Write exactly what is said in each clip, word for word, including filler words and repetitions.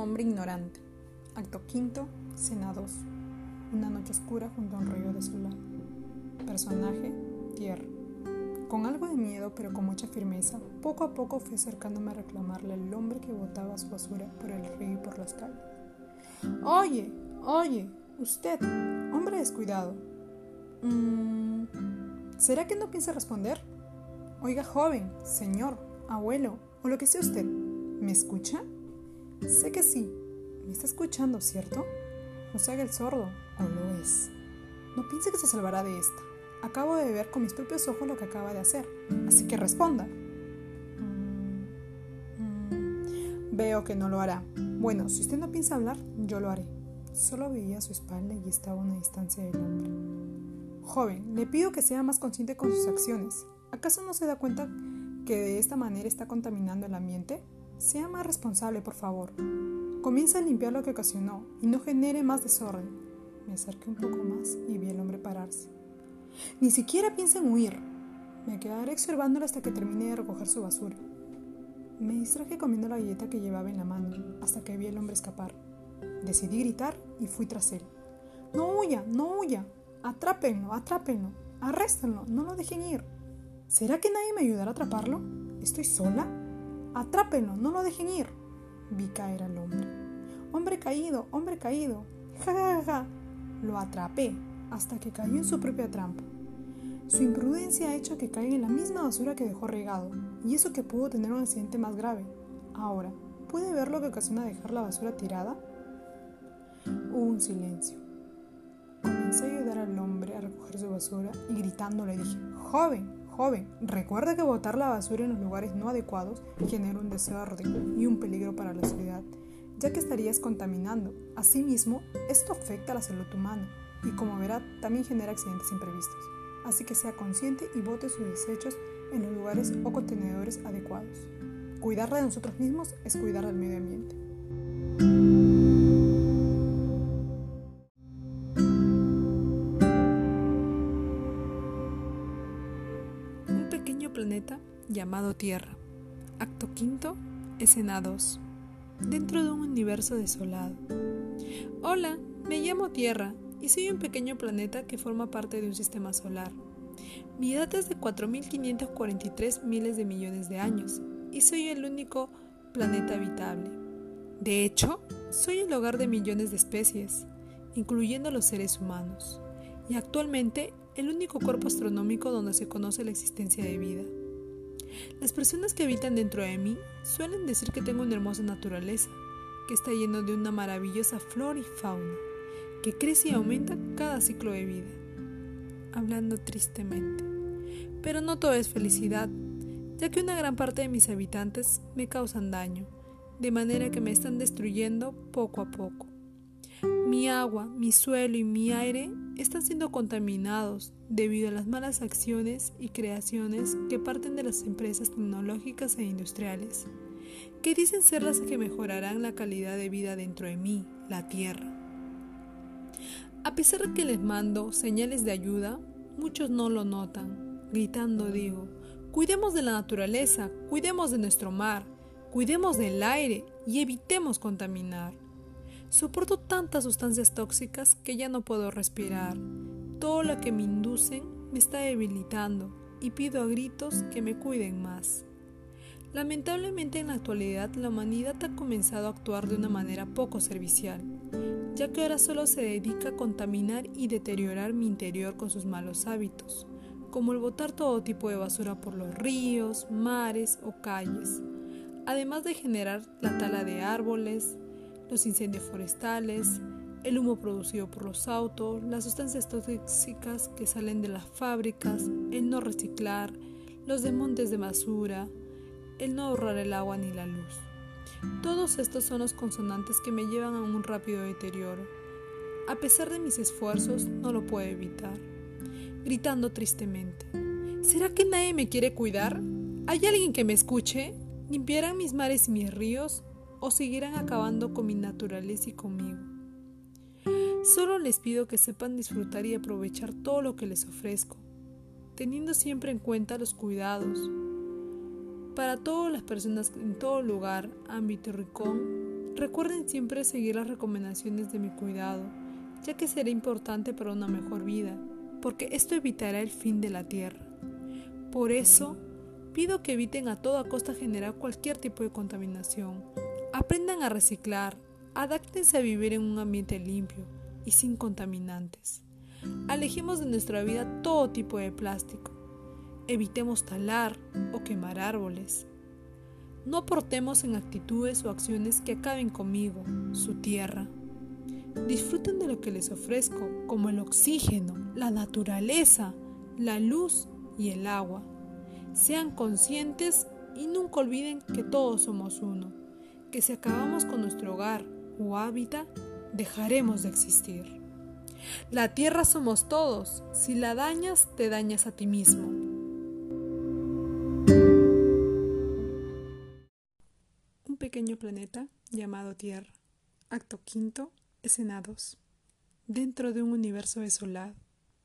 hombre ignorante. Acto quinto, escena dos. Una noche oscura junto a un río desolado. Personaje, tierra. Con algo de miedo, pero con mucha firmeza, poco a poco fui acercándome a reclamarle al hombre que botaba su basura por el río y por las calles. Oye, oye, usted, hombre descuidado. Mm, ¿Será que no piensa responder? Oiga, joven, señor, abuelo, o lo que sea usted, ¿me escucha? Sé que sí, me está escuchando, ¿cierto? No se haga el sordo, o lo es. No piense que se salvará de esta. Acabo de ver con mis propios ojos lo que acaba de hacer, así que responda. Mm, mm, veo que no lo hará. Bueno, si usted no piensa hablar, yo lo haré. Solo veía su espalda y estaba a una distancia del hombre. Joven, le pido que sea más consciente con sus acciones. ¿Acaso no se da cuenta que de esta manera está contaminando el ambiente? Sea más responsable, por favor. Comienza a limpiar lo que ocasionó y no genere más desorden. Me acerqué un poco más y vi al hombre pararse. Ni siquiera piensa en huir. Me quedaré observándolo hasta que termine de recoger su basura. Me distraje comiendo la galleta que llevaba en la mano hasta que vi al hombre escapar. Decidí gritar y fui tras él. ¡No huya! ¡No huya! ¡Atrápenlo! ¡Atrápenlo! ¡Arréstenlo! ¡No lo dejen ir! ¿Será que nadie me ayudará a atraparlo? ¿Estoy sola? ¡Atrápenlo! ¡No lo dejen ir! Vi caer al hombre. ¡Hombre caído! ¡Hombre caído! ¡Ja, ja, ja, ja! Lo atrapé hasta que cayó en su propia trampa. Su imprudencia ha hecho que caiga en la misma basura que dejó regado, y eso que pudo tener un accidente más grave. Ahora, ¿puede ver lo que ocasiona dejar la basura tirada? Hubo un silencio. Comencé a ayudar al hombre a recoger su basura y gritando le dije: Joven, joven, recuerda que botar la basura en los lugares no adecuados genera un desorden y un peligro para la ciudad, ya que estarías contaminando. Asimismo, esto afecta a la salud humana y, como verá, también genera accidentes imprevistos. Así que sea consciente y bote sus desechos en los lugares o contenedores adecuados. Cuidar de nosotros mismos es cuidar del medio ambiente. Un pequeño planeta llamado Tierra. Acto quinto, escena dos. Dentro de un universo desolado. Hola, me llamo Tierra y soy un pequeño planeta que forma parte de un sistema solar. Mi edad es de cuatro mil quinientos cuarenta y tres miles de millones de años y soy el único planeta habitable. De hecho, soy el hogar de millones de especies, incluyendo los seres humanos, y actualmente el único cuerpo astronómico donde se conoce la existencia de vida. Las personas que habitan dentro de mí suelen decir que tengo una hermosa naturaleza, que está lleno de una maravillosa flora y fauna, que crece y aumenta cada ciclo de vida. Hablando tristemente. Pero no todo es felicidad, ya que una gran parte de mis habitantes me causan daño, de manera que me están destruyendo poco a poco. Mi agua, mi suelo y mi aire están siendo contaminados debido a las malas acciones y creaciones que parten de las empresas tecnológicas e industriales, que dicen ser las que mejorarán la calidad de vida dentro de mí, la Tierra. A pesar de que les mando señales de ayuda, muchos no lo notan. Gritando digo: cuidemos de la naturaleza, cuidemos de nuestro mar, cuidemos del aire y evitemos contaminar. Soporto tantas sustancias tóxicas que ya no puedo respirar. Todo lo que me inducen me está debilitando y pido a gritos que me cuiden más. Lamentablemente, en la actualidad la humanidad ha comenzado a actuar de una manera poco servicial, ya que ahora solo se dedica a contaminar y deteriorar mi interior con sus malos hábitos, como el botar todo tipo de basura por los ríos, mares o calles, además de generar la tala de árboles, los incendios forestales, el humo producido por los autos, las sustancias tóxicas que salen de las fábricas, el no reciclar, los desmontes de basura, el no ahorrar el agua ni la luz. Todos estos son los consonantes que me llevan a un rápido deterioro. A pesar de mis esfuerzos, no lo puedo evitar. Gritando tristemente: ¿será que nadie me quiere cuidar? ¿Hay alguien que me escuche? ¿Limpiarán mis mares y mis ríos? ¿O seguirán acabando con mi naturaleza y conmigo? Solo les pido que sepan disfrutar y aprovechar todo lo que les ofrezco, teniendo siempre en cuenta los cuidados. Para todas las personas en todo lugar, ámbito y rincón, Recuerden siempre seguir las recomendaciones de mi cuidado, ya que será importante para una mejor vida, porque esto evitará el fin de la Tierra. Por eso, pido que eviten a toda costa generar cualquier tipo de contaminación. Aprendan a reciclar, adáptense a vivir en un ambiente limpio y sin contaminantes. Alejemos de nuestra vida todo tipo de plástico. Evitemos talar o quemar árboles. No aportemos en actitudes o acciones que acaben conmigo, su tierra. Disfruten de lo que les ofrezco, como el oxígeno, la naturaleza, la luz y el agua. Sean conscientes y nunca olviden que todos somos uno, que si acabamos con nuestro hogar o hábitat, dejaremos de existir. La tierra somos todos, si la dañas, te dañas a ti mismo. Un pequeño planeta llamado Tierra. Acto quinto, escena dos. Dentro de un universo desolado.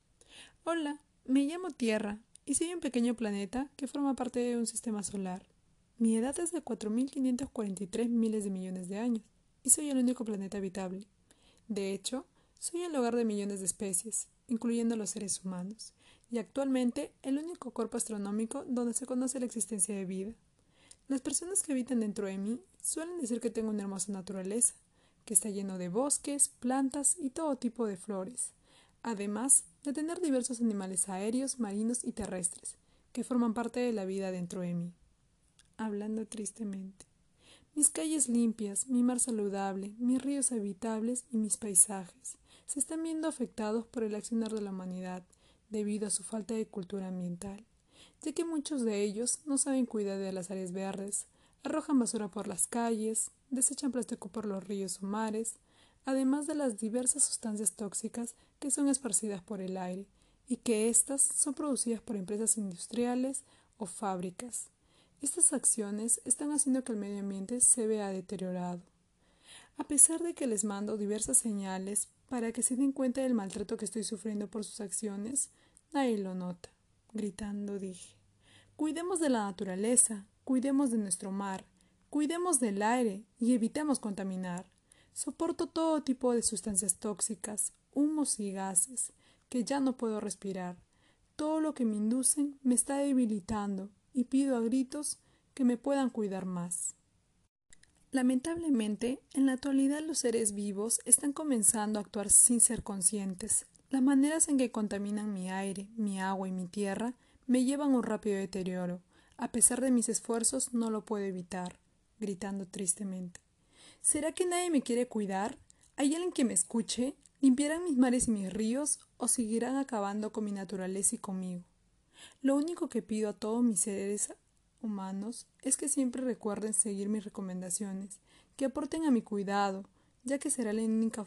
Hola, me llamo Tierra y soy un pequeño planeta que forma parte de un sistema solar. Mi edad es de cuatro mil quinientos cuarenta y tres miles de millones de años y soy el único planeta habitable. De hecho, soy el hogar de millones de especies, incluyendo los seres humanos, y actualmente el único cuerpo astronómico donde se conoce la existencia de vida. Las personas que habitan dentro de mí suelen decir que tengo una hermosa naturaleza, que está lleno de bosques, plantas y todo tipo de flores, además de tener diversos animales aéreos, marinos y terrestres, que forman parte de la vida dentro de mí. Hablando tristemente. Mis calles limpias, mi mar saludable, mis ríos habitables y mis paisajes se están viendo afectados por el accionar de la humanidad debido a su falta de cultura ambiental, ya que muchos de ellos no saben cuidar de las áreas verdes, arrojan basura por las calles, desechan plástico por los ríos o mares, además de las diversas sustancias tóxicas que son esparcidas por el aire y que éstas son producidas por empresas industriales o fábricas. Estas acciones están haciendo que el medio ambiente se vea deteriorado. A pesar de que les mando diversas señales para que se den cuenta del maltrato que estoy sufriendo por sus acciones, nadie lo nota. Gritando dije, cuidemos de la naturaleza, cuidemos de nuestro mar, cuidemos del aire y evitemos contaminar. Soporto todo tipo de sustancias tóxicas, humos y gases, que ya no puedo respirar. Todo lo que me inducen me está debilitando y pido a gritos que me puedan cuidar más. Lamentablemente, en la actualidad los seres vivos están comenzando a actuar sin ser conscientes. Las maneras en que contaminan mi aire, mi agua y mi tierra me llevan a un rápido deterioro. A pesar de mis esfuerzos, no lo puedo evitar, gritando tristemente. ¿Será que nadie me quiere cuidar? ¿Hay alguien que me escuche? ¿Limpiarán mis mares y mis ríos o seguirán acabando con mi naturaleza y conmigo? Lo único que pido a todos mis seres humanos es que siempre recuerden seguir mis recomendaciones, que aporten a mi cuidado, ya que será la única.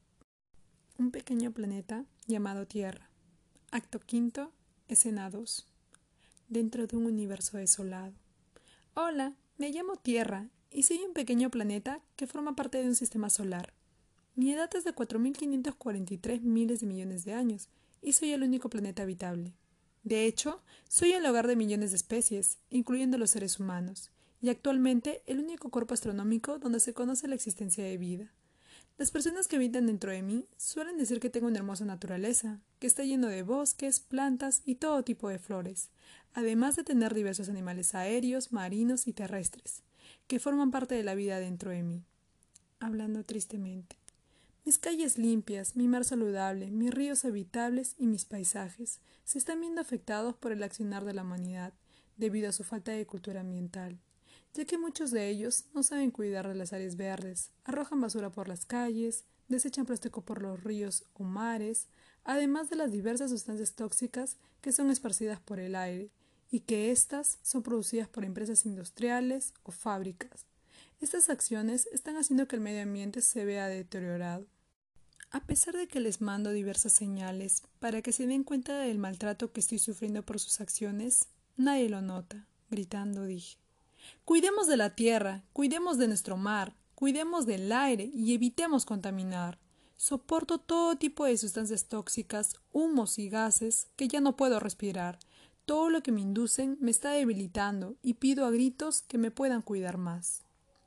Un pequeño planeta llamado Tierra. Acto quinto, escena dos. Dentro de un universo desolado. Hola, me llamo Tierra y soy un pequeño planeta que forma parte de un sistema solar. Mi edad es de cuatro mil quinientos cuarenta y tres miles de millones de años y soy el único planeta habitable. De hecho, soy el hogar de millones de especies, incluyendo los seres humanos, y actualmente el único cuerpo astronómico donde se conoce la existencia de vida. Las personas que habitan dentro de mí suelen decir que tengo una hermosa naturaleza, que está lleno de bosques, plantas y todo tipo de flores, además de tener diversos animales aéreos, marinos y terrestres, que forman parte de la vida dentro de mí. Hablando tristemente. Mis calles limpias, mi mar saludable, mis ríos habitables y mis paisajes se están viendo afectados por el accionar de la humanidad debido a su falta de cultura ambiental, ya que muchos de ellos no saben cuidar de las áreas verdes, arrojan basura por las calles, desechan plástico por los ríos o mares, además de las diversas sustancias tóxicas que son esparcidas por el aire y que éstas son producidas por empresas industriales o fábricas. Estas acciones están haciendo que el medio ambiente se vea deteriorado. A pesar de que les mando diversas señales para que se den cuenta del maltrato que estoy sufriendo por sus acciones, nadie lo nota, gritando dije. Cuidemos de la tierra, cuidemos de nuestro mar, cuidemos del aire y evitemos contaminar. Soporto todo tipo de sustancias tóxicas, humos y gases que ya no puedo respirar. Todo lo que me inducen me está debilitando y pido a gritos que me puedan cuidar más.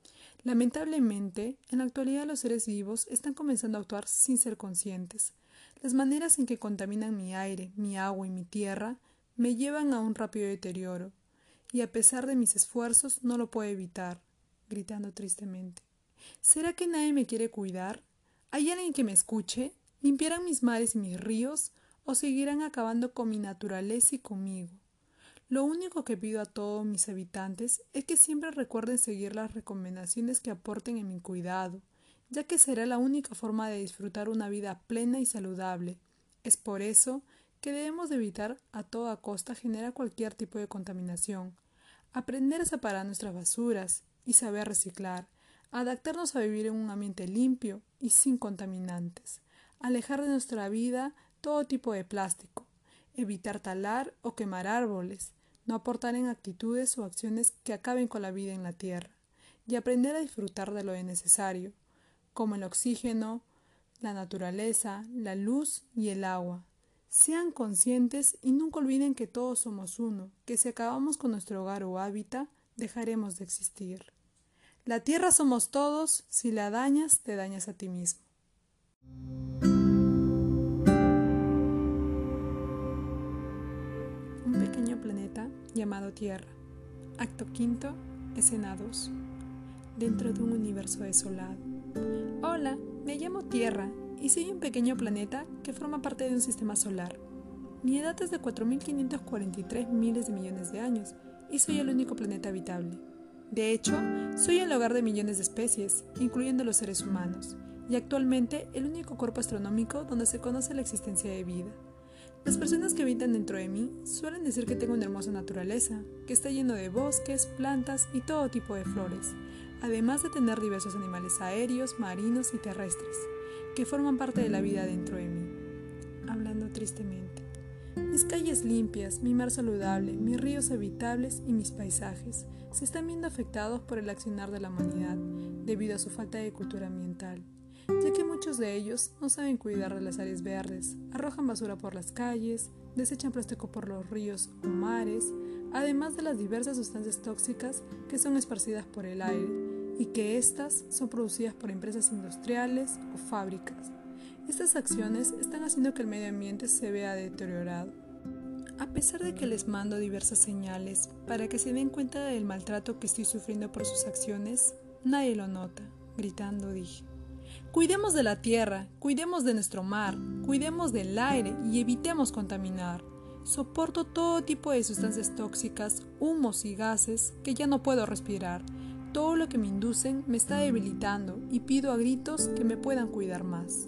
Lamentablemente, en la actualidad los seres vivos están comenzando a actuar sin ser conscientes. Las maneras en que contaminan mi aire, mi agua y mi tierra me llevan a un rápido deterioro, y a pesar de mis esfuerzos no lo puedo evitar, gritando tristemente. ¿Será que nadie me quiere cuidar? ¿Hay alguien que me escuche? ¿Limpiarán mis mares y mis ríos o seguirán acabando con mi naturaleza y conmigo? Lo único que pido a todos mis habitantes es que siempre recuerden seguir las recomendaciones que aporten en mi cuidado, ya que será la única forma de disfrutar una vida plena y saludable. Es por eso que debemos de evitar a toda costa generar cualquier tipo de contaminación, aprender a separar nuestras basuras y saber reciclar, adaptarnos a vivir en un ambiente limpio y sin contaminantes, alejar de nuestra vida todo tipo de plástico, evitar talar o quemar árboles, no aportar en actitudes o acciones que acaben con la vida en la tierra, y aprender a disfrutar de lo necesario, como el oxígeno, la naturaleza, la luz y el agua. Sean conscientes y nunca olviden que todos somos uno, que si acabamos con nuestro hogar o hábitat, dejaremos de existir. La tierra somos todos, si la dañas, te dañas a ti mismo. Un pequeño planeta llamado Tierra. Acto quinto, escena dos. Dentro de un universo desolado. Hola, me llamo Tierra y soy un pequeño planeta que forma parte de un sistema solar. Mi edad es de cuatro mil quinientos cuarenta y tres miles de millones de años y soy el único planeta habitable. De hecho, soy el hogar de millones de especies, incluyendo los seres humanos, y actualmente el único cuerpo astronómico donde se conoce la existencia de vida. Las personas que habitan dentro de mí suelen decir que tengo una hermosa naturaleza, que está lleno de bosques, plantas y todo tipo de flores, además de tener diversos animales aéreos, marinos y terrestres, que forman parte de la vida dentro de mí. Hablando tristemente. Mis calles limpias, mi mar saludable, mis ríos habitables y mis paisajes se están viendo afectados por el accionar de la humanidad debido a su falta de cultura ambiental, ya que muchos de ellos no saben cuidar de las áreas verdes, arrojan basura por las calles, desechan plástico por los ríos o mares, además de las diversas sustancias tóxicas que son esparcidas por el aire y que éstas son producidas por empresas industriales o fábricas. Estas acciones están haciendo que el medio ambiente se vea deteriorado. A pesar de que les mando diversas señales para que se den cuenta del maltrato que estoy sufriendo por sus acciones, nadie lo nota, gritando dije. Cuidemos de la tierra, cuidemos de nuestro mar, cuidemos del aire y evitemos contaminar. Soporto todo tipo de sustancias tóxicas, humos y gases que ya no puedo respirar. Todo lo que me inducen me está debilitando y pido a gritos que me puedan cuidar más.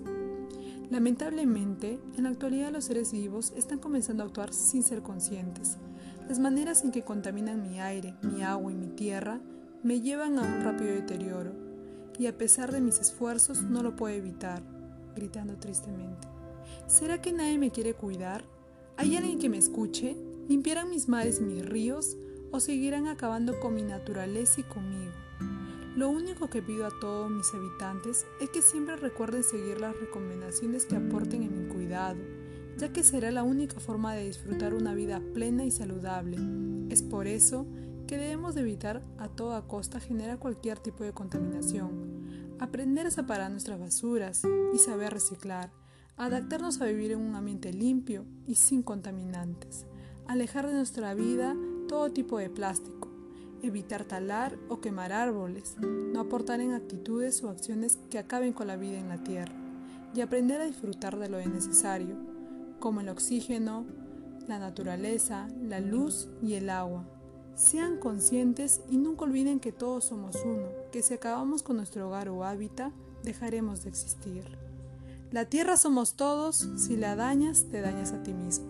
Lamentablemente, en la actualidad los seres vivos están comenzando a actuar sin ser conscientes. Las maneras en que contaminan mi aire, mi agua y mi tierra me llevan a un rápido deterioro, y a pesar de mis esfuerzos no lo puedo evitar, gritando tristemente. ¿Será que nadie me quiere cuidar? ¿Hay alguien que me escuche? ¿Limpiarán mis mares y mis ríos o seguirán acabando con mi naturaleza y conmigo? Lo único que pido a todos mis habitantes es que siempre recuerden seguir las recomendaciones que aporten en mi cuidado, ya que será la única forma de disfrutar una vida plena y saludable. Es por eso que debemos de evitar a toda costa generar cualquier tipo de contaminación, aprender a separar nuestras basuras y saber reciclar, adaptarnos a vivir en un ambiente limpio y sin contaminantes, alejar de nuestra vida todo tipo de plástico, evitar talar o quemar árboles, no aportar en actitudes o acciones que acaben con la vida en la tierra, y aprender a disfrutar de lo necesario, como el oxígeno, la naturaleza, la luz y el agua. Sean conscientes y nunca olviden que todos somos uno, que si acabamos con nuestro hogar o hábitat, dejaremos de existir. La tierra somos todos, si la dañas, te dañas a ti mismo.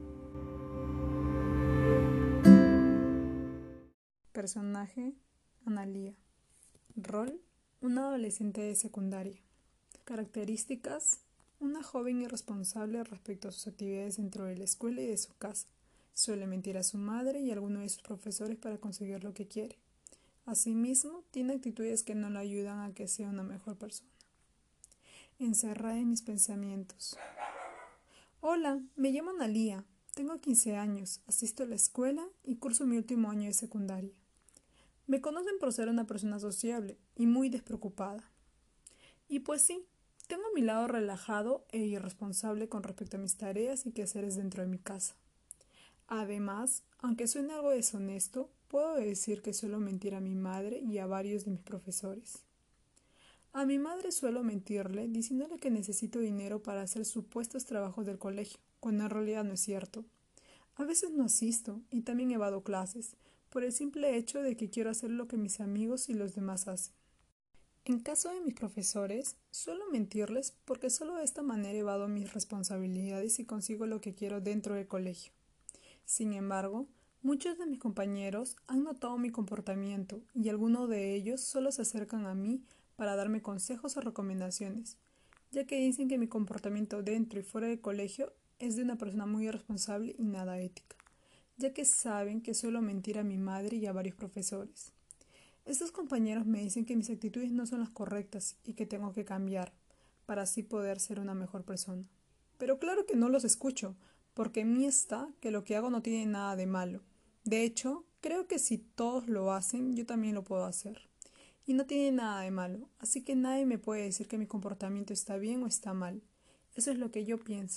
Personaje, Analía. Rol, una adolescente de secundaria. Características, una joven irresponsable respecto a sus actividades dentro de la escuela y de su casa. Suele mentir a su madre y a alguno de sus profesores para conseguir lo que quiere. Asimismo, tiene actitudes que no le ayudan a que sea una mejor persona. Encerrada en mis pensamientos. Hola, me llamo Analía. Tengo quince años, asisto a la escuela y curso mi último año de secundaria. Me conocen por ser una persona sociable y muy despreocupada. Y pues sí, tengo mi lado relajado e irresponsable con respecto a mis tareas y quehaceres dentro de mi casa. Además, aunque suene algo deshonesto, puedo decir que suelo mentir a mi madre y a varios de mis profesores. A mi madre suelo mentirle diciéndole que necesito dinero para hacer supuestos trabajos del colegio, cuando en realidad no es cierto. A veces no asisto y también evado clases, por el simple hecho de que quiero hacer lo que mis amigos y los demás hacen. En caso de mis profesores, suelo mentirles porque solo de esta manera evado mis responsabilidades y consigo lo que quiero dentro del colegio. Sin embargo, muchos de mis compañeros han notado mi comportamiento y algunos de ellos solo se acercan a mí para darme consejos o recomendaciones, ya que dicen que mi comportamiento dentro y fuera del colegio es de una persona muy irresponsable y nada ética, ya que saben que suelo mentir a mi madre y a varios profesores. Estos compañeros me dicen que mis actitudes no son las correctas y que tengo que cambiar, para así poder ser una mejor persona. Pero claro que no los escucho, porque en mí está que lo que hago no tiene nada de malo. De hecho, creo que si todos lo hacen, yo también lo puedo hacer. Y no tiene nada de malo, así que nadie me puede decir que mi comportamiento está bien o está mal. Eso es lo que yo pienso.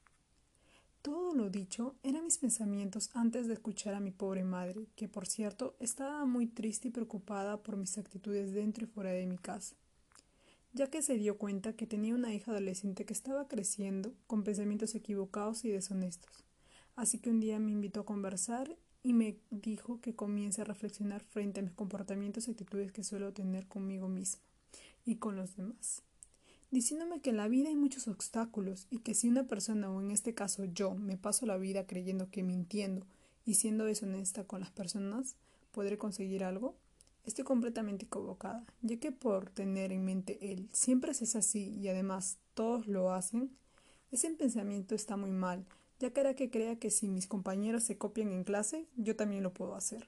Todo lo dicho eran mis pensamientos antes de escuchar a mi pobre madre, que por cierto estaba muy triste y preocupada por mis actitudes dentro y fuera de mi casa, ya que se dio cuenta que tenía una hija adolescente que estaba creciendo con pensamientos equivocados y deshonestos. Así que un día me invitó a conversar y me dijo que comience a reflexionar frente a mis comportamientos y actitudes que suelo tener conmigo misma y con los demás, diciéndome que en la vida hay muchos obstáculos y que si una persona, o en este caso yo, me paso la vida creyendo que mintiendo y siendo deshonesta con las personas, podré conseguir algo, estoy completamente equivocada, ya que por tener en mente él siempre se es así y además todos lo hacen, ese pensamiento está muy mal, ya que hará que crea que si mis compañeros se copian en clase, yo también lo puedo hacer.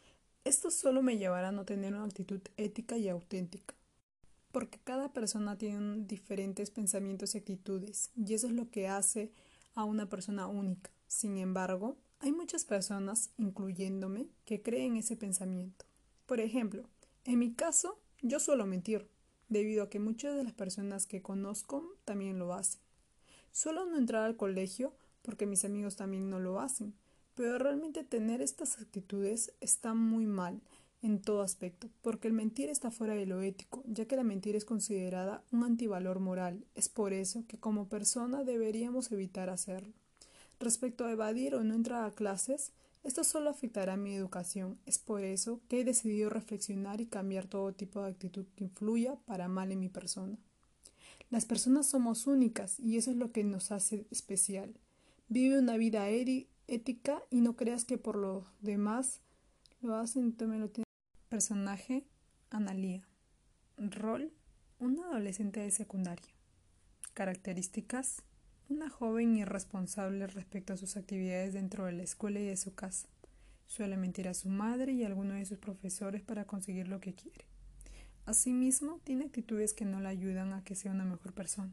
Esto solo me llevará a no tener una actitud ética y auténtica, porque cada persona tiene diferentes pensamientos y actitudes, y eso es lo que hace a una persona única. Sin embargo, hay muchas personas, incluyéndome, que creen ese pensamiento. Por ejemplo, en mi caso, yo suelo mentir, debido a que muchas de las personas que conozco también lo hacen. Suelo no entrar al colegio porque mis amigos también no lo hacen, pero realmente tener estas actitudes está muy mal en todo aspecto, porque el mentir está fuera de lo ético, ya que la mentira es considerada un antivalor moral. Es por eso que como persona deberíamos evitar hacerlo. Respecto a evadir o no entrar a clases, esto solo afectará mi educación. Es por eso que he decidido reflexionar y cambiar todo tipo de actitud que influya para mal en mi persona. Las personas somos únicas y eso es lo que nos hace especial. Vive una vida ética y no creas que por lo demás lo hacen, tú me lo tienes. Personaje: Analía. Rol: una adolescente de secundaria. Características: una joven irresponsable respecto a sus actividades dentro de la escuela y de su casa. Suele mentir a su madre y a alguno de sus profesores para conseguir lo que quiere. Asimismo, tiene actitudes que no la ayudan a que sea una mejor persona.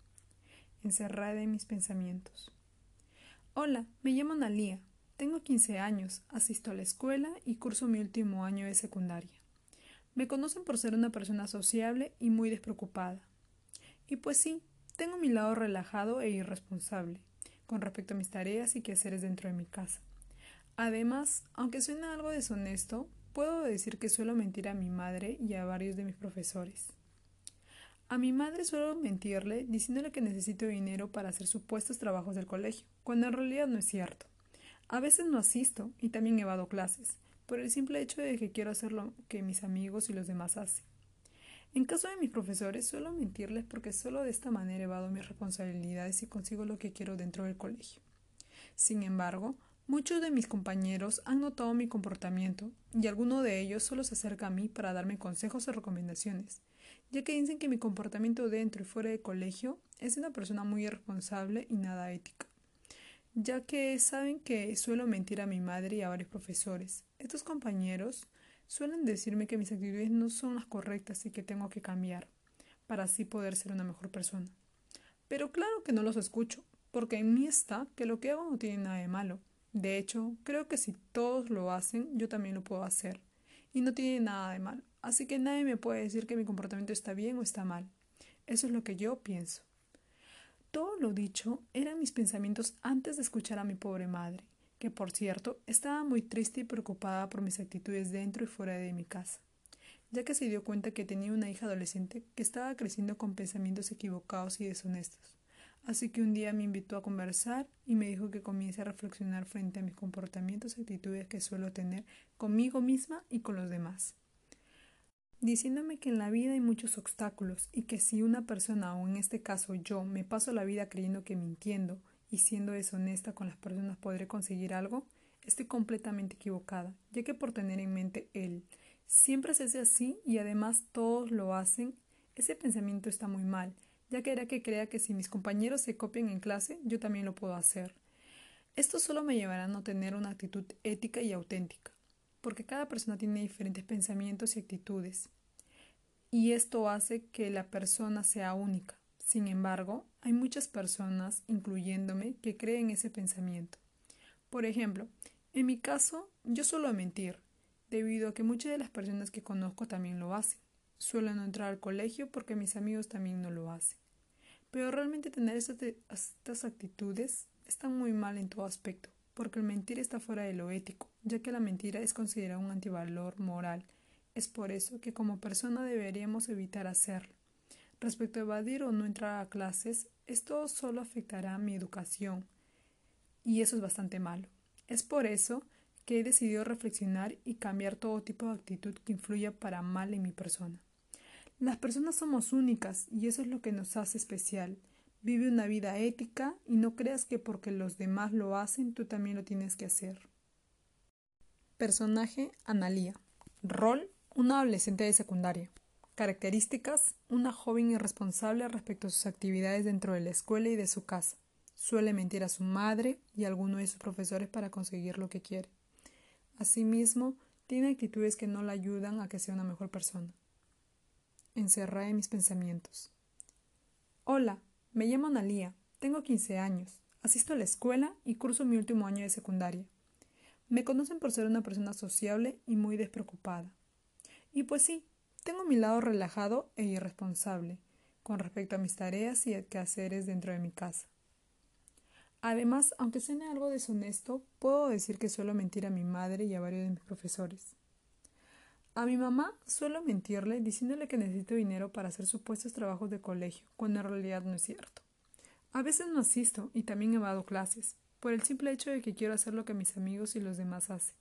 Encerrada en mis pensamientos. Hola, me llamo Analía. Tengo quince años, asisto a la escuela y curso mi último año de secundaria. Me conocen por ser una persona sociable y muy despreocupada. Y pues sí, tengo mi lado relajado e irresponsable con respecto a mis tareas y quehaceres dentro de mi casa. Además, aunque suena algo deshonesto, puedo decir que suelo mentir a mi madre y a varios de mis profesores. A mi madre suelo mentirle diciéndole que necesito dinero para hacer supuestos trabajos del colegio, cuando en realidad no es cierto. A veces no asisto y también evado clases, por el simple hecho de que quiero hacer lo que mis amigos y los demás hacen. En caso de mis profesores, suelo mentirles porque solo de esta manera evado mis responsabilidades y consigo lo que quiero dentro del colegio. Sin embargo, muchos de mis compañeros han notado mi comportamiento y alguno de ellos solo se acerca a mí para darme consejos o recomendaciones, ya que dicen que mi comportamiento dentro y fuera del colegio es de una persona muy irresponsable y nada ética, ya que saben que suelo mentir a mi madre y a varios profesores. Estos compañeros suelen decirme que mis actitudes no son las correctas y que tengo que cambiar, para así poder ser una mejor persona. Pero claro que no los escucho, porque en mí está que lo que hago no tiene nada de malo. De hecho, creo que si todos lo hacen, yo también lo puedo hacer. y no tiene nada de malo, así que nadie me puede decir que mi comportamiento está bien o está mal. Eso es lo que yo pienso. Todo lo dicho eran mis pensamientos antes de escuchar a mi pobre madre, que por cierto estaba muy triste y preocupada por mis actitudes dentro y fuera de mi casa, ya que se dio cuenta que tenía una hija adolescente que estaba creciendo con pensamientos equivocados y deshonestos. Así que un día me invitó a conversar y me dijo que comience a reflexionar frente a mis comportamientos y actitudes que suelo tener conmigo misma y con los demás, diciéndome que en la vida hay muchos obstáculos y que si una persona, o en este caso yo, me paso la vida creyendo que mintiendo y siendo deshonesta con las personas podré conseguir algo, estoy completamente equivocada, ya que por tener en mente el siempre se hace así y además todos lo hacen, ese pensamiento está muy mal, ya que hará que crea que si mis compañeros se copian en clase, yo también lo puedo hacer. Esto solo me llevará a no tener una actitud ética y auténtica, porque cada persona tiene diferentes pensamientos y actitudes, y esto hace que la persona sea única. Sin embargo, hay muchas personas, incluyéndome, que creen ese pensamiento. Por ejemplo, en mi caso, yo suelo mentir, debido a que muchas de las personas que conozco también lo hacen. Suelo no entrar al colegio porque mis amigos también no lo hacen. Pero realmente tener estas, estas actitudes están muy mal en todo aspecto, porque el mentir está fuera de lo ético, ya que la mentira es considerada un antivalor moral. Es por eso que como persona deberíamos evitar hacerlo. Respecto a evadir o no entrar a clases, esto solo afectará a mi educación, y eso es bastante malo. Es por eso que he decidido reflexionar y cambiar todo tipo de actitud que influya para mal en mi persona. Las personas somos únicas y eso es lo que nos hace especial. Vive una vida ética y no creas que porque los demás lo hacen, tú también lo tienes que hacer. Personaje: Analía. Rol: una adolescente de secundaria. Características: una joven irresponsable respecto a sus actividades dentro de la escuela y de su casa. Suele mentir a su madre y a alguno de sus profesores para conseguir lo que quiere. Asimismo, tiene actitudes que no la ayudan a que sea una mejor persona. Encerrada en mis pensamientos. Hola, me llamo Analía, tengo quince años, asisto a la escuela y curso mi último año de secundaria. Me conocen por ser una persona sociable y muy despreocupada. Y pues sí, tengo mi lado relajado e irresponsable con respecto a mis tareas y quehaceres dentro de mi casa. Además, aunque suene algo deshonesto, puedo decir que suelo mentir a mi madre y a varios de mis profesores. A mi mamá suelo mentirle diciéndole que necesito dinero para hacer supuestos trabajos de colegio, cuando en realidad no es cierto. A veces no asisto y también evado clases, por el simple hecho de que quiero hacer lo que mis amigos y los demás hacen.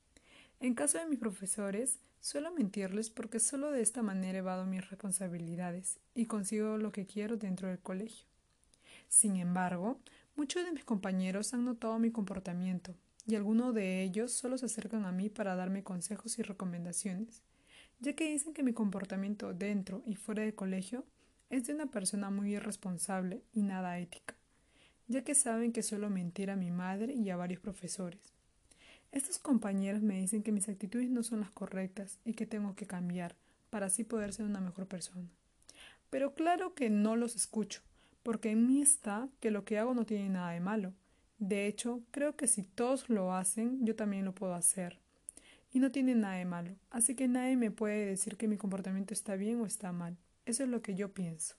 En caso de mis profesores, suelo mentirles porque solo de esta manera evado mis responsabilidades y consigo lo que quiero dentro del colegio. Sin embargo, muchos de mis compañeros han notado mi comportamiento y algunos de ellos solo se acercan a mí para darme consejos y recomendaciones, ya que dicen que mi comportamiento dentro y fuera del colegio es de una persona muy irresponsable y nada ética, ya que saben que suelo mentir a mi madre y a varios profesores. Estos compañeros me dicen que mis actitudes no son las correctas y que tengo que cambiar para así poder ser una mejor persona. Pero claro que no los escucho, porque en mí está que lo que hago no tiene nada de malo. De hecho, creo que si todos lo hacen, yo también lo puedo hacer. Y no tiene nada de malo, así que nadie me puede decir que mi comportamiento está bien o está mal. Eso es lo que yo pienso.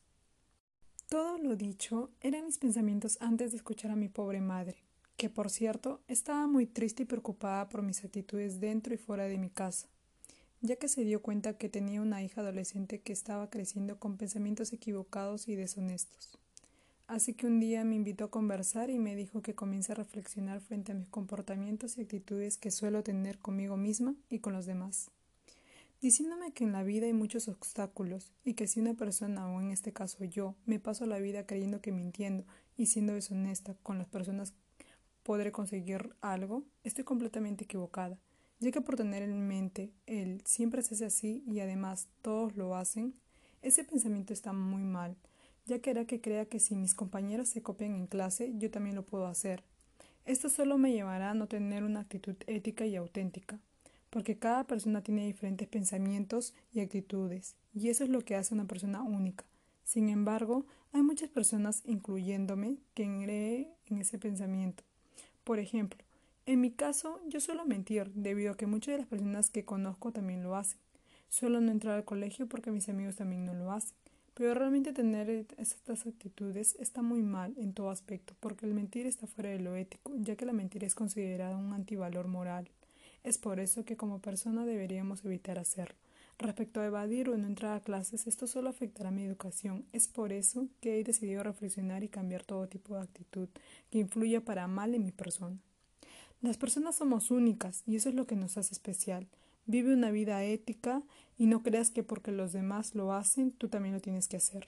Todo lo dicho eran mis pensamientos antes de escuchar a mi pobre madre, que por cierto estaba muy triste y preocupada por mis actitudes dentro y fuera de mi casa, ya que se dio cuenta que tenía una hija adolescente que estaba creciendo con pensamientos equivocados y deshonestos. Así que un día me invitó a conversar y me dijo que comience a reflexionar frente a mis comportamientos y actitudes que suelo tener conmigo misma y con los demás, diciéndome que en la vida hay muchos obstáculos y que si una persona, o en este caso yo, me paso la vida creyendo que mintiendo y siendo deshonesta con las personas podré conseguir algo, estoy completamente equivocada, ya que por tener en mente el siempre se hace así y además todos lo hacen, ese pensamiento está muy mal, ya que hará que crea que si mis compañeros se copian en clase, yo también lo puedo hacer. Esto solo me llevará a no tener una actitud ética y auténtica, porque cada persona tiene diferentes pensamientos y actitudes, y eso es lo que hace una persona única. Sin embargo, hay muchas personas, incluyéndome, que creen en ese pensamiento. Por ejemplo, En mi caso, yo suelo mentir, debido a que muchas de las personas que conozco también lo hacen. Suelo no entrar al colegio porque mis amigos también no lo hacen. Pero realmente tener estas actitudes está muy mal en todo aspecto, porque el mentir está fuera de lo ético, ya que la mentira es considerada un antivalor moral. Es por eso que como persona deberíamos evitar hacerlo. Respecto a evadir o no entrar a clases, esto solo afectará mi educación. Es por eso que he decidido reflexionar y cambiar todo tipo de actitud que influya para mal en mi persona. Las personas somos únicas y eso es lo que nos hace especial. Vive una vida ética y no creas que porque los demás lo hacen, tú también lo tienes que hacer.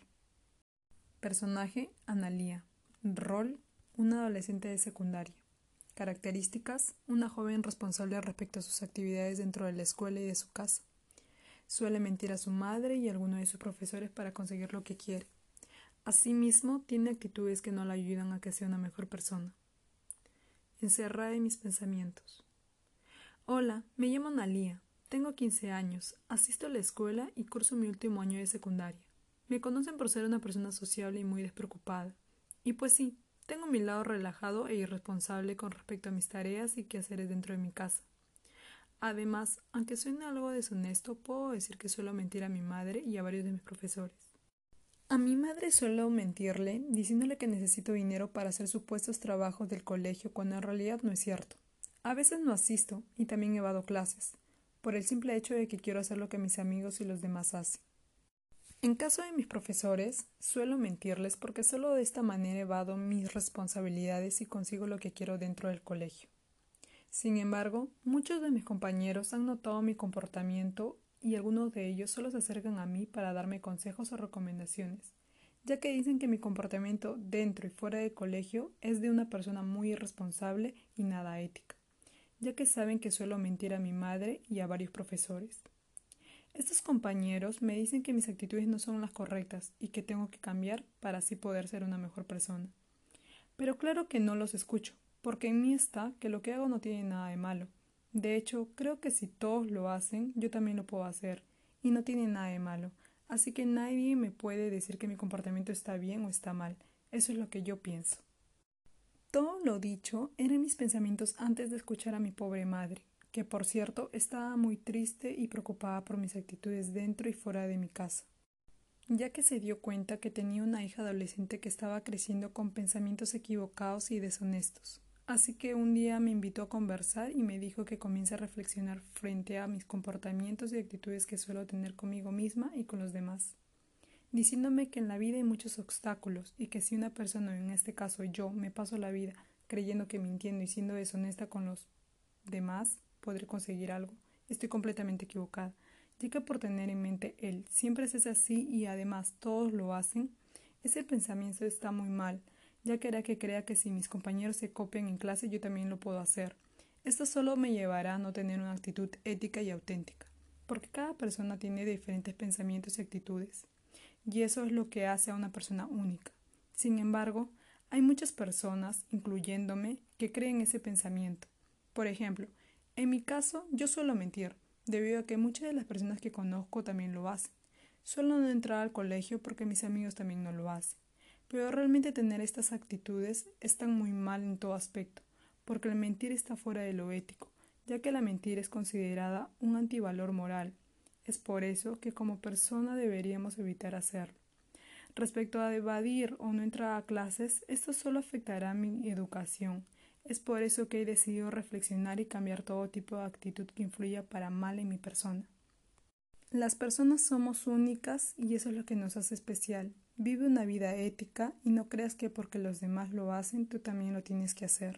Personaje: Analía. Rol: una adolescente de secundaria. Características: una joven responsable respecto a sus actividades dentro de la escuela y de su casa. Suele mentir a su madre y a alguno de sus profesores para conseguir lo que quiere. Asimismo, tiene actitudes que no la ayudan a que sea una mejor persona. Encerrada en mis pensamientos. Hola, me llamo Analía. Tengo quince años, asisto a la escuela y curso mi último año de secundaria. Me conocen por ser una persona sociable y muy despreocupada. Y pues sí, tengo mi lado relajado e irresponsable con respecto a mis tareas y quehaceres dentro de mi casa. Además, aunque suene algo deshonesto, puedo decir que suelo mentir a mi madre y a varios de mis profesores. A mi madre suelo mentirle diciéndole que necesito dinero para hacer supuestos trabajos del colegio cuando en realidad no es cierto. A veces no asisto y también evado clases, por el simple hecho de que quiero hacer lo que mis amigos y los demás hacen. En caso de mis profesores, suelo mentirles porque solo de esta manera evado mis responsabilidades y consigo lo que quiero dentro del colegio. Sin embargo, muchos de mis compañeros han notado mi comportamiento y algunos de ellos solo se acercan a mí para darme consejos o recomendaciones, ya que dicen que mi comportamiento dentro y fuera del colegio es de una persona muy irresponsable y nada ética, ya que saben que suelo mentir a mi madre y a varios profesores. Estos compañeros me dicen que mis actitudes no son las correctas y que tengo que cambiar para así poder ser una mejor persona. Pero claro que no los escucho, porque en mí está que lo que hago no tiene nada de malo. De hecho, creo que si todos lo hacen, yo también lo puedo hacer, y no tiene nada de malo. Así que nadie me puede decir que mi comportamiento está bien o está mal. Eso es lo que yo pienso. Todo lo dicho eran mis pensamientos antes de escuchar a mi pobre madre, que por cierto estaba muy triste y preocupada por mis actitudes dentro y fuera de mi casa, ya que se dio cuenta que tenía una hija adolescente que estaba creciendo con pensamientos equivocados y deshonestos. Así que un día me invitó a conversar y me dijo que comience a reflexionar frente a mis comportamientos y actitudes que suelo tener conmigo misma y con los demás, diciéndome que en la vida hay muchos obstáculos y que si una persona, en este caso yo, me paso la vida creyendo que mintiendo y siendo deshonesta con los demás podré conseguir algo, estoy completamente equivocada, ya que por tener en mente él siempre se hace así y además todos lo hacen, ese pensamiento está muy mal, ya que hará que crea que si mis compañeros se copian en clase yo también lo puedo hacer. Esto solo me llevará a no tener una actitud ética y auténtica, porque cada persona tiene diferentes pensamientos y actitudes, y eso es lo que hace a una persona única. Sin embargo, hay muchas personas, incluyéndome, que creen ese pensamiento. Por ejemplo, en mi caso, yo suelo mentir, debido a que muchas de las personas que conozco también lo hacen. Suelo no entrar al colegio porque mis amigos también no lo hacen. Pero realmente tener estas actitudes están muy mal en todo aspecto, porque el mentir está fuera de lo ético, ya que la mentira es considerada un antivalor moral. Es por eso que como persona deberíamos evitar hacerlo. Respecto a evadir o no entrar a clases, esto solo afectará mi educación. Es por eso que he decidido reflexionar y cambiar todo tipo de actitud que influya para mal en mi persona. Las personas somos únicas y eso es lo que nos hace especial. Vive una vida ética y no creas que porque los demás lo hacen, tú también lo tienes que hacer.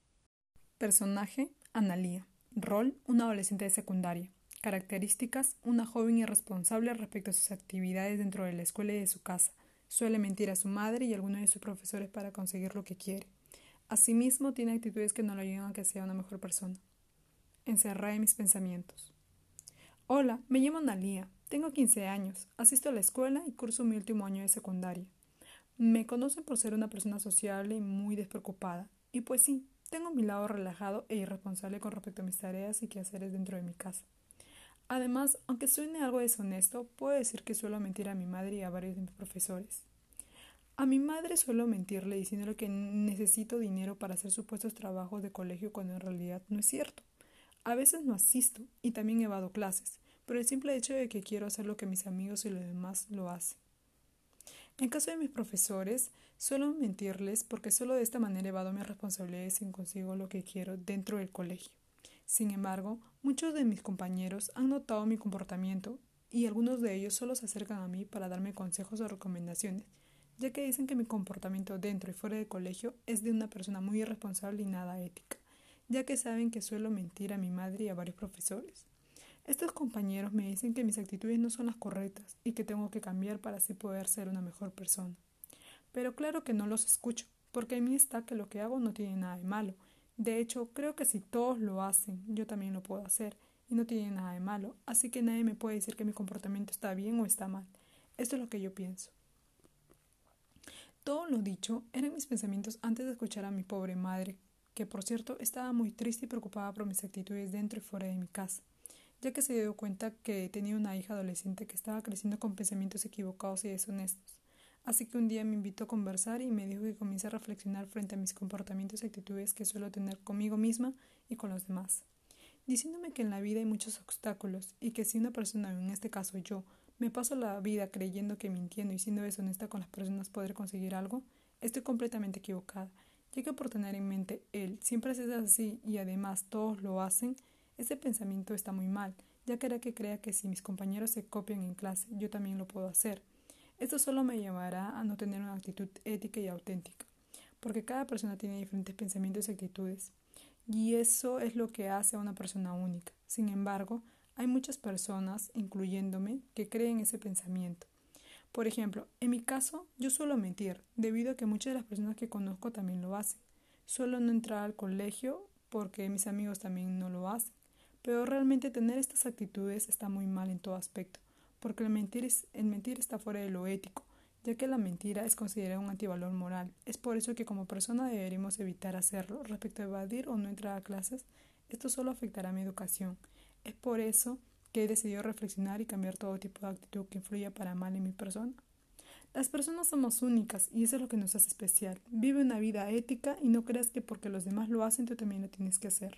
Personaje: Analía. Rol: una adolescente de secundaria. Características: una joven irresponsable respecto a sus actividades dentro de la escuela y de su casa. Suele mentir a su madre y a algunos de sus profesores para conseguir lo que quiere. Asimismo, tiene actitudes que no le ayudan a que sea una mejor persona. Encerrada en mis pensamientos. Hola, me llamo Analía. Tengo quince años, asisto a la escuela y curso mi último año de secundaria. Me conocen por ser una persona sociable y muy despreocupada. Y pues sí, tengo mi lado relajado e irresponsable con respecto a mis tareas y quehaceres dentro de mi casa. Además, aunque suene algo deshonesto, puedo decir que suelo mentir a mi madre y a varios de mis profesores. A mi madre suelo mentirle diciéndole que necesito dinero para hacer supuestos trabajos de colegio cuando en realidad no es cierto. A veces no asisto y también evado clases, por el simple hecho de que quiero hacer lo que mis amigos y los demás lo hacen. En caso de mis profesores, suelo mentirles porque solo de esta manera evado mis responsabilidades y consigo lo que quiero dentro del colegio. Sin embargo, muchos de mis compañeros han notado mi comportamiento y algunos de ellos solo se acercan a mí para darme consejos o recomendaciones, ya que dicen que mi comportamiento dentro y fuera del colegio es de una persona muy irresponsable y nada ética, ya que saben que suelo mentir a mi madre y a varios profesores. Estos compañeros me dicen que mis actitudes no son las correctas y que tengo que cambiar para así poder ser una mejor persona. Pero claro que no los escucho, porque en mí está que lo que hago no tiene nada de malo. De hecho, creo que si todos lo hacen, yo también lo puedo hacer, y no tiene nada de malo, así que nadie me puede decir que mi comportamiento está bien o está mal. Esto es lo que yo pienso. Todo lo dicho eran mis pensamientos antes de escuchar a mi pobre madre, que por cierto estaba muy triste y preocupada por mis actitudes dentro y fuera de mi casa, ya que se dio cuenta que tenía una hija adolescente que estaba creciendo con pensamientos equivocados y deshonestos. Así que un día me invitó a conversar y me dijo que comience a reflexionar frente a mis comportamientos y actitudes que suelo tener conmigo misma y con los demás, diciéndome que en la vida hay muchos obstáculos y que si una persona, en este caso yo, me paso la vida creyendo que mintiendo y siendo deshonesta con las personas podré conseguir algo, estoy completamente equivocada, ya que por tener en mente él siempre es así y además todos lo hacen, ese pensamiento está muy mal, ya que hará que crea que si mis compañeros se copian en clase, yo también lo puedo hacer. Esto solo me llevará a no tener una actitud ética y auténtica, porque cada persona tiene diferentes pensamientos y actitudes, y eso es lo que hace a una persona única. Sin embargo, hay muchas personas, incluyéndome, que creen ese pensamiento. Por ejemplo, en mi caso, yo suelo mentir, debido a que muchas de las personas que conozco también lo hacen. Suelo no entrar al colegio porque mis amigos también no lo hacen. Pero realmente tener estas actitudes está muy mal en todo aspecto, porque el mentir, es, el mentir está fuera de lo ético, ya que la mentira es considerada un antivalor moral. Es por eso que como persona deberíamos evitar hacerlo. Respecto a evadir o no entrar a clases, esto solo afectará a mi educación. Es por eso que he decidido reflexionar y cambiar todo tipo de actitud que influya para mal en mi persona. Las personas somos únicas y eso es lo que nos hace especial. Vive una vida ética y no creas que porque los demás lo hacen tú también lo tienes que hacer.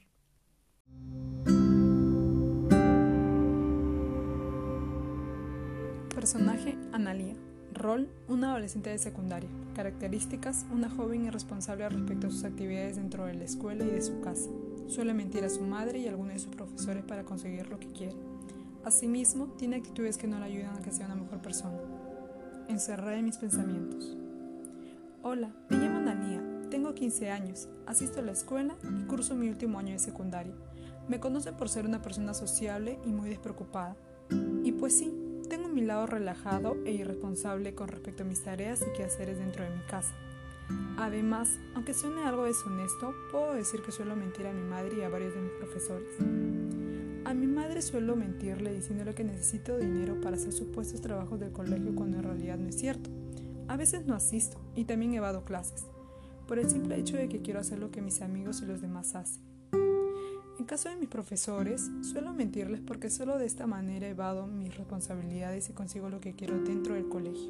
Personaje: Analia. Rol: una adolescente de secundaria. Características: una joven irresponsable respecto a sus actividades dentro de la escuela y de su casa. Suele mentir a su madre y a algunos de sus profesores para conseguir lo que quiere. Asimismo, tiene actitudes que no le ayudan a que sea una mejor persona. Encerrada en mis pensamientos. Hola, me llamo Analia, tengo quince años, asisto a la escuela y curso mi último año de secundaria. Me conocen por ser una persona sociable y muy despreocupada. Y pues sí, tengo mi lado relajado e irresponsable con respecto a mis tareas y quehaceres dentro de mi casa. Además, aunque suene algo deshonesto, puedo decir que suelo mentir a mi madre y a varios de mis profesores. A mi madre suelo mentirle diciéndole que necesito dinero para hacer supuestos trabajos del colegio cuando en realidad no es cierto. A veces no asisto y también evado clases, por el simple hecho de que quiero hacer lo que mis amigos y los demás hacen. En caso de mis profesores, suelo mentirles porque solo de esta manera evado mis responsabilidades y consigo lo que quiero dentro del colegio.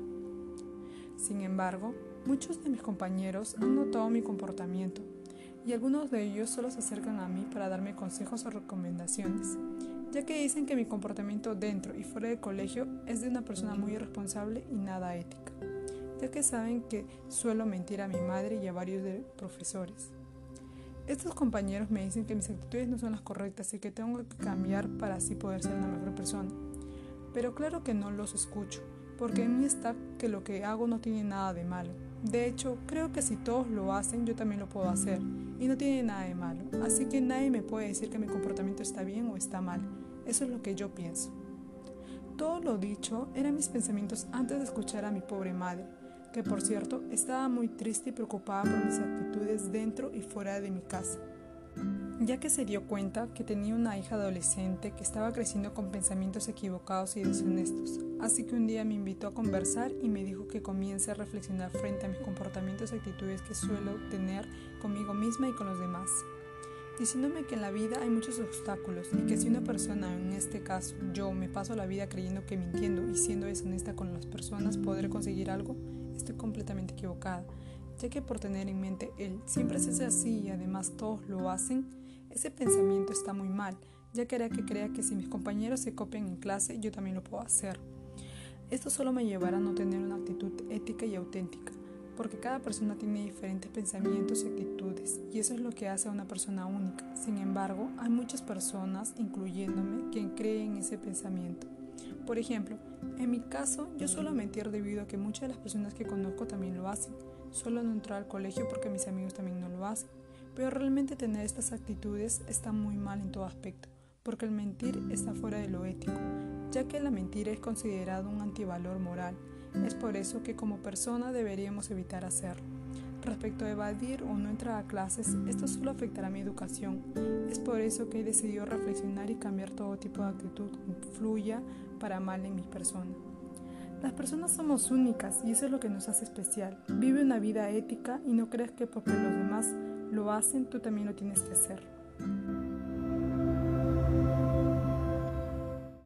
Sin embargo, muchos de mis compañeros han notado mi comportamiento y algunos de ellos solo se acercan a mí para darme consejos o recomendaciones, ya que dicen que mi comportamiento dentro y fuera del colegio es de una persona muy irresponsable y nada ética, ya que saben que suelo mentir a mi madre y a varios de profesores. Estos compañeros me dicen que mis actitudes no son las correctas y que tengo que cambiar para así poder ser una mejor persona. Pero claro que no los escucho, porque en mí está que lo que hago no tiene nada de malo. De hecho, creo que si todos lo hacen, yo también lo puedo hacer, y no tiene nada de malo. Así que nadie me puede decir que mi comportamiento está bien o está mal. Eso es lo que yo pienso. Todo lo dicho eran mis pensamientos antes de escuchar a mi pobre madre, que por cierto estaba muy triste y preocupada por mis actitudes dentro y fuera de mi casa, ya que se dio cuenta que tenía una hija adolescente que estaba creciendo con pensamientos equivocados y deshonestos. Así que un día me invitó a conversar y me dijo que comience a reflexionar frente a mis comportamientos y actitudes que suelo tener conmigo misma y con los demás, diciéndome que en la vida hay muchos obstáculos y que si una persona, en este caso yo, me paso la vida creyendo que mintiendo y siendo deshonesta con las personas podré conseguir algo, estoy completamente equivocada, ya que por tener en mente el siempre se hace así y además todos lo hacen, ese pensamiento está muy mal, ya que hará que crea que si mis compañeros se copian en clase, yo también lo puedo hacer. Esto solo me llevará a no tener una actitud ética y auténtica, porque cada persona tiene diferentes pensamientos y actitudes, y eso es lo que hace a una persona única. Sin embargo, hay muchas personas, incluyéndome, que creen ese pensamiento. Por ejemplo, en mi caso, yo suelo mentir debido a que muchas de las personas que conozco también lo hacen. Suelo no entrar al colegio porque mis amigos también no lo hacen. Pero realmente tener estas actitudes está muy mal en todo aspecto, porque el mentir está fuera de lo ético, ya que la mentira es considerado un antivalor moral. Es por eso que como persona deberíamos evitar hacerlo. Respecto a evadir o no entrar a clases, esto solo afectará mi educación. Es por eso que he decidido reflexionar y cambiar todo tipo de actitud que influya para mal en mi persona. Las personas somos únicas y eso es lo que nos hace especial. Vive una vida ética y no creas que porque los demás lo hacen, tú también lo tienes que hacer.